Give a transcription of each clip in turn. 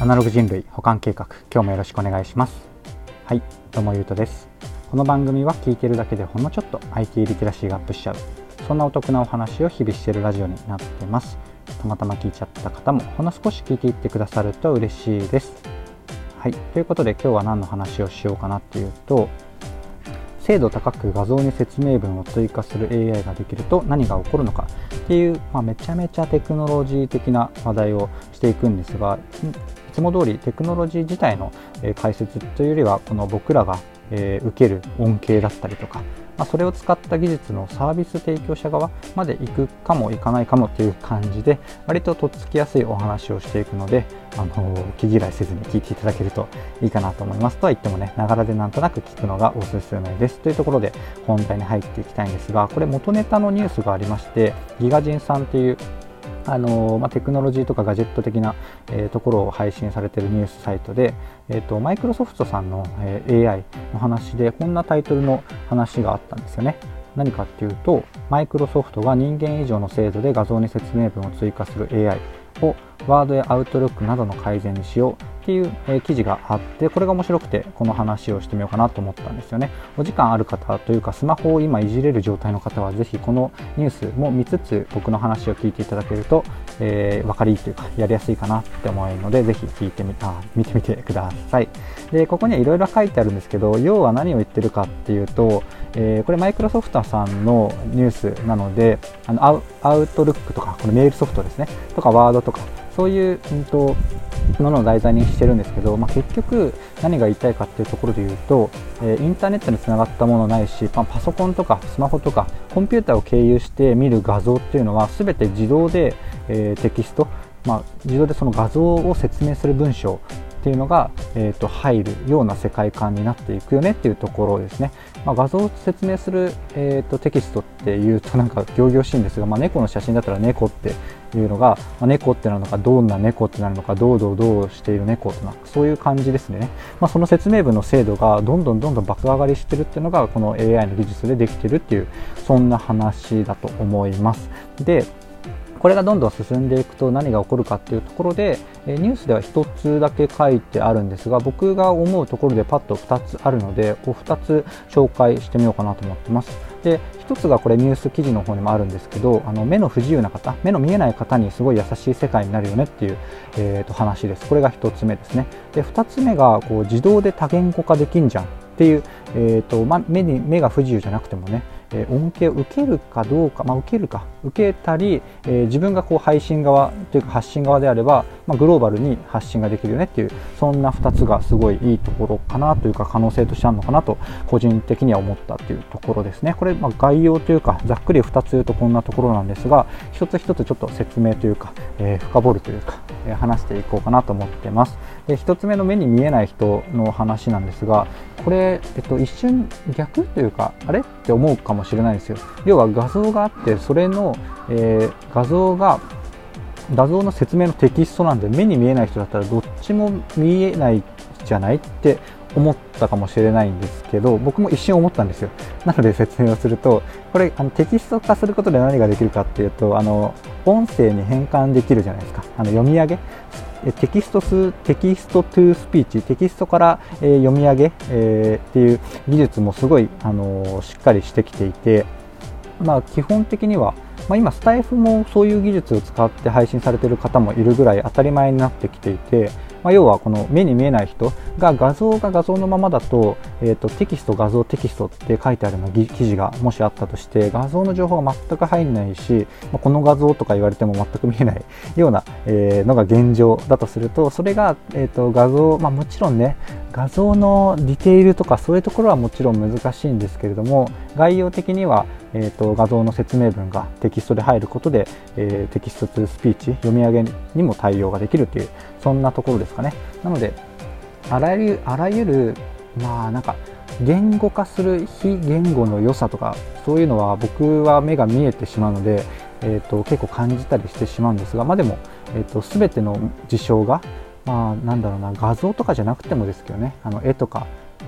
アナログ人類補完計画、今日もよろしくお願いします。はい、どうもゆうとです。この番組は聞いているだけでほんのちょっと IT リテラシーがアップしちゃう、そんなお得なお話を日々しているラジオになってます。たまたま聞いちゃった方もほんの少し聞いていってくださると嬉しいです。はい、ということで今日は何の話をしようかなっていうと、精度高く画像に説明文を追加する AI ができると何が起こるのかっていう、めちゃめちゃテクノロジー的な話題をしていくんですが、いつも通りテクノロジー自体の解説というよりは、この僕らが受ける恩恵だったりとか、それを使った技術のサービス提供者側まで行くかも行かないかもっていう感じで、割ととっつきやすいお話をしていくので、気嫌いせずに聞いていただけるといいかなと思います。とは言ってもね、ながらでなんとなく聞くのがおすすめですというところで本題に入っていきたいんですが、これ元ネタのニュースがありまして、ギガジンさんっていうテクノロジーとかガジェット的な、ところを配信されているニュースサイトで、マイクロソフトさんの、AI の話でこんなタイトルの話があったんですよね。何かっていうと、マイクロソフトが人間以上の精度で画像に説明文を追加する AI をワードやアウトロックなどの改善にしようっていう、記事があって、これが面白くてこの話をしてみようかなと思ったんですよね。お時間ある方というか、スマホを今いじれる状態の方はぜひこのニュースも見つつ僕の話を聞いていただけると、分かりいいというかやりやすいかなって思うので、ぜひ見てみてください。で、ここにはいろいろ書いてあるんですけど、要は何を言ってるかっていうと、これマイクロソフトさんのニュースなので、アウトルックとか、これメールソフトですねとかワードとか、そういうものを題材にしてるんですけど、結局何が言いたいかっていうところで言うと、インターネットにつながったものないし、パソコンとかスマホとかコンピューターを経由して見る画像っていうのは全て自動で、テキスト、自動でその画像を説明する文章っていうのが、入るような世界観になっていくよねっていうところですね。画像を説明する、テキストっていうとなんか仰々しいんですが、猫の写真だったら猫っていうのが、猫ってなるのか、どんな猫ってなるのか、どうしている猫とか、そういう感じですね。その説明文の精度がどんどん爆上がりしてるっていうのがこの AI の技術でできてるっていう、そんな話だと思います。で、これがどんどん進んでいくと何が起こるかっていうところで、ニュースでは1つだけ書いてあるんですが、僕が思うところでパッと2つあるので、2つ紹介してみようかなと思ってます。で、1つがこれニュース記事の方にもあるんですけど、目の不自由な方、目の見えない方にすごい優しい世界になるよねっていう、話です。これが1つ目ですね。で、2つ目が自動で多言語化できんじゃんっていう、目が不自由じゃなくてもね、恩恵を受けるかどうか、受けたり、自分が配信側というか発信側であれば、グローバルに発信ができるよねっていう、そんな2つがすごいいいところかなというか、可能性としてあるのかなと個人的には思ったというところですね。これ概要というかざっくり2つ言うとこんなところなんですが、一つ一つちょっと説明というか、深掘るというか、話していこうかなと思ってます。で、1つ目の目に見えない人の話なんですが、これ、一瞬逆というか、あれって思うかもしれないですよ。要は画像があって、それの、画像の説明のテキストなんで、目に見えない人だったらどっちも見えないじゃないって思ったかもしれないんですけど、僕も一瞬思ったんですよ。なので説明をすると、これテキスト化することで何ができるかっていうと、音声に変換できるじゃないですか。読み上げ、テキストトゥースピーチ、テキストから、読み上げ、っていう技術もすごい、しっかりしてきていて、基本的には、今スタイフもそういう技術を使って配信されている方もいるぐらい当たり前になってきていて、要はこの目に見えない人が画像のままだと、テキストって書いてあるの記事がもしあったとして、画像の情報が全く入んないし、この画像とか言われても全く見えないような、のが現状だとすると、それが、画像、もちろんね、画像のディテールとかそういうところはもちろん難しいんですけれども、概要的には、画像の説明文がテキストで入ることで、テキストトゥースピーチ、読み上げにも対応ができるという、そんなところですかね。なのであらゆる言語化する非言語の良さとか、そういうのは僕は目が見えてしまうので、結構感じたりしてしまうんですが、でも、全ての事象が画像とかじゃなくてもですけどね、絵とか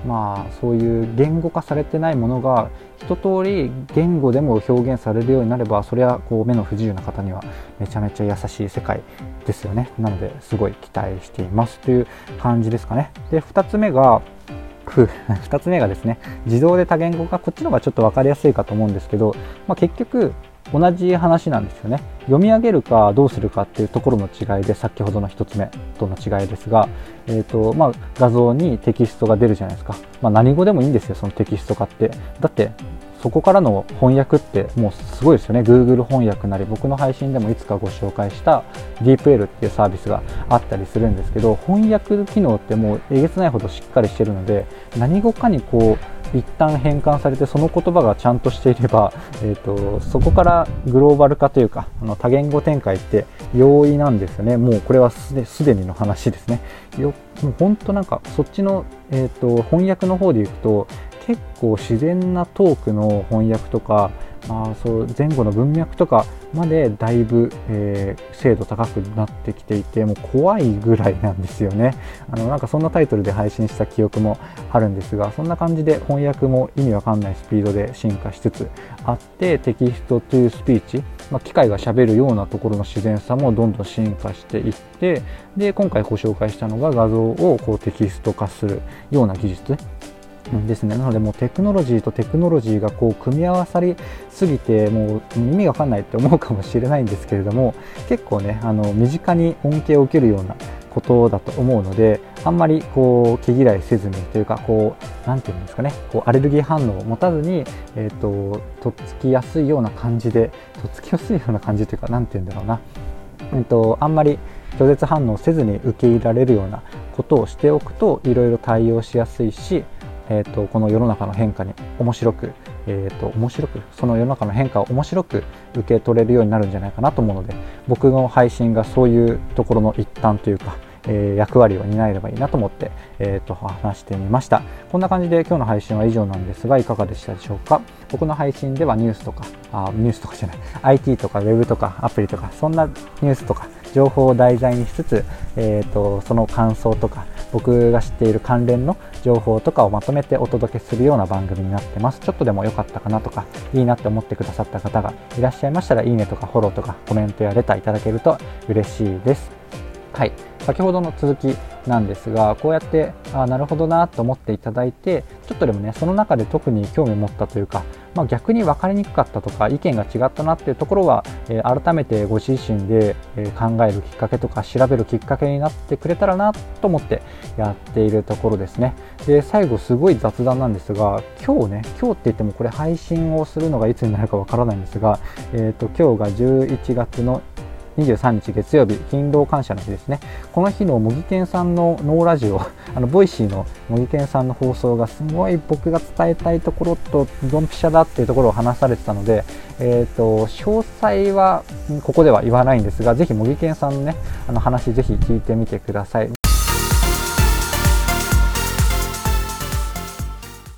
そういう言語化されてないものが一通り言語でも表現されるようになれば、それは目の不自由な方にはめちゃめちゃ優しい世界ですよね。なのですごい期待していますという感じですかね。で2つ目がですね、自動で多言語化。こっちの方がちょっと分かりやすいかと思うんですけど、結局同じ話なんですよね。読み上げるかどうするかっていうところの違いで、先ほどの1つ目との違いですが、画像にテキストが出るじゃないですか。何語でもいいんですよ、そのテキスト化って。だってそこからの翻訳ってもうすごいですよね。 Google 翻訳なり、僕の配信でもいつかご紹介した DeepL っていうサービスがあったりするんですけど、翻訳機能ってもうえげつないほどしっかりしてるので、何語かに一旦変換されて、その言葉がちゃんとしていれば、そこからグローバル化というか多言語展開って容易なんですよね。もうこれはすでにの話ですね。もう本当そっちの、翻訳の方でいくと結構自然なトークの翻訳とか、前後の文脈とかまでだいぶ、精度高くなってきていて、もう怖いぐらいなんですよね。そんなタイトルで配信した記憶もあるんですが、そんな感じで翻訳も意味わかんないスピードで進化しつつあって、テキストというスピーチ、機械がしゃべるようなところの自然さもどんどん進化していって、で今回ご紹介したのが画像をテキスト化するような技術ですね。なのでもうテクノロジーとテクノロジーが組み合わさりすぎて、もう意味わかんないって思うかもしれないんですけれども、結構ね身近に恩恵を受けるようなことだと思うので、あんまり毛嫌いせずにというか、なんていうんですかね、アレルギー反応を持たずに、とっつきやすいような感じで、とっつきやすいような感じというか、なんていうんだろうな、あんまり拒絶反応せずに受け入れられるようなことをしておくと、いろいろ対応しやすいし、この世の中の変化に面白く、その世の中の変化を面白く受け取れるようになるんじゃないかなと思うので、僕の配信がそういうところの一端というか、役割を担えればいいなと思って、話してみました。こんな感じで今日の配信は以上なんですが、いかがでしたでしょうか。僕の配信ではニュースとかじゃない IT とかウェブとかアプリとか、そんなニュースとか情報を題材にしつつ、その感想とか僕が知っている関連の情報とかをまとめてお届けするような番組になってます。ちょっとでも良かったかなとか、いいなって思ってくださった方がいらっしゃいましたら、いいねとかフォローとかコメントやレターいただけると嬉しいです。はい、先ほどの続きなんですが、こうやってなるほどなと思っていただいて、ちょっとでもねその中で特に興味を持ったというか、逆に分かりにくかったとか意見が違ったなっていうところは、改めてご自身で考えるきっかけとか調べるきっかけになってくれたらなと思ってやっているところですね。で最後すごい雑談なんですが、今日って言ってもこれ配信をするのがいつになるかわからないんですが、今日が11月の23日月曜日、勤労感謝の日ですね。この日の茂木健さんのノーラジオ、ボイシーの茂木健さんの放送がすごい僕が伝えたいところとドンピシャだっていうところを話されてたので、詳細はここでは言わないんですが、ぜひ茂木健さんのね話ぜひ聞いてみてください。